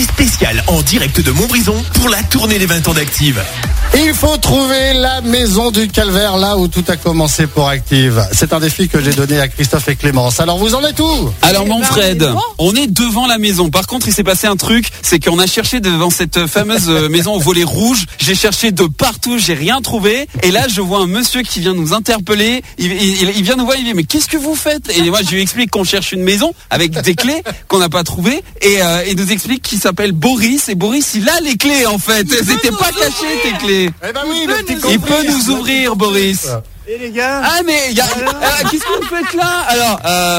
tournée spéciale en direct de Montbrison pour la tournée des 20 ans d'Active. Il faut trouver la maison du Calvaire, là où tout a commencé pour Active. C'est un défi que j'ai donné à Christophe et Clémence. Alors vous en êtes où ? Alors Manfred, on est devant la maison. Par contre, il s'est passé un truc, c'est qu'on a cherché devant cette fameuse maison au volet rouge. J'ai cherché de partout, j'ai rien trouvé. Et là, je vois un monsieur qui vient nous interpeller. Il vient nous voir, il dit mais qu'est-ce que vous faites ? Et moi, je lui explique qu'on cherche une maison avec des clés qu'on n'a pas trouvées. Et il nous explique qu'il s'appelle Boris. Et Boris, il a les clés en fait. C'était pas caché tes clés. Eh ben oui, il peut nous ouvrir, Boris. Et les gars. Ah mais qu'est-ce que vous faites là ?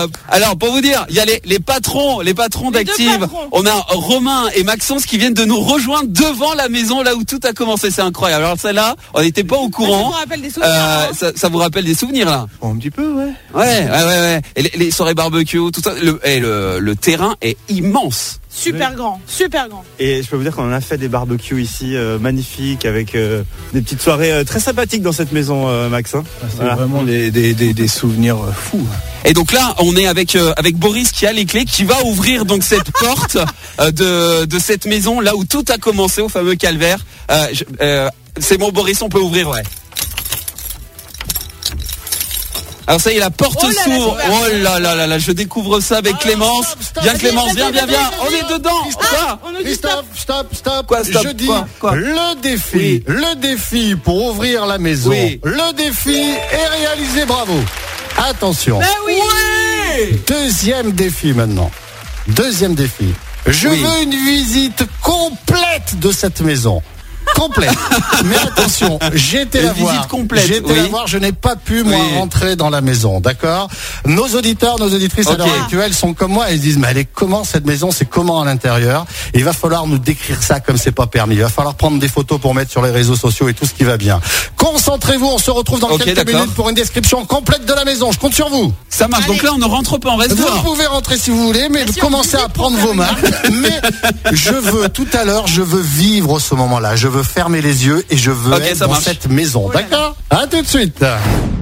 Alors pour vous dire, il y a les patrons d'Active. On a Romain et Maxence qui viennent de nous rejoindre devant la maison là où tout a commencé. C'est incroyable. Alors celle-là, on n'était pas au courant. Ça vous rappelle des souvenirs. Ça vous rappelle des souvenirs là ? Un petit peu, ouais. Ouais. Et les soirées barbecue, tout ça. Le terrain est immense. Super grand. Et je peux vous dire qu'on en a fait des barbecues ici magnifiques avec des petites soirées très sympathiques dans cette maison, Max. Hein. C'est vraiment des souvenirs fous. Et donc là, on est avec Boris qui a les clés, qui va ouvrir donc cette porte de cette maison là où tout a commencé au fameux Calvaire. C'est bon, Boris, on peut ouvrir, ouais. Alors ça y est, la porte s'ouvre. Oh là là, je découvre ça avec Clémence. Viens Clémence, viens. On est dedans. Stop. Quoi, stop ? Je dis Quoi le défi pour ouvrir la maison. Oui. Le défi est réalisé, bravo. Attention. Deuxième défi maintenant. Je veux une visite complète de cette maison. Complète. Mais attention, j'ai été la voir. Je n'ai pas pu rentrer dans la maison, d'accord ? Nos auditeurs, nos auditrices à l'heure actuelle sont comme moi, ils se disent mais elle est comment cette maison, c'est comment à l'intérieur ? Et il va falloir nous décrire ça comme c'est pas permis. Il va falloir prendre des photos pour mettre sur les réseaux sociaux et tout ce qui va bien. Concentrez-vous, on se retrouve dans quelques minutes pour une description complète de la maison. Je compte sur vous. Ça marche. Donc là on ne rentre pas, on reste dehors. Vous pouvez rentrer si vous voulez, mais commencez à prendre vos marques. Mais je veux vivre ce moment-là. Je veux fermer les yeux et je veux être dans cette maison. D'accord ? À tout de suite.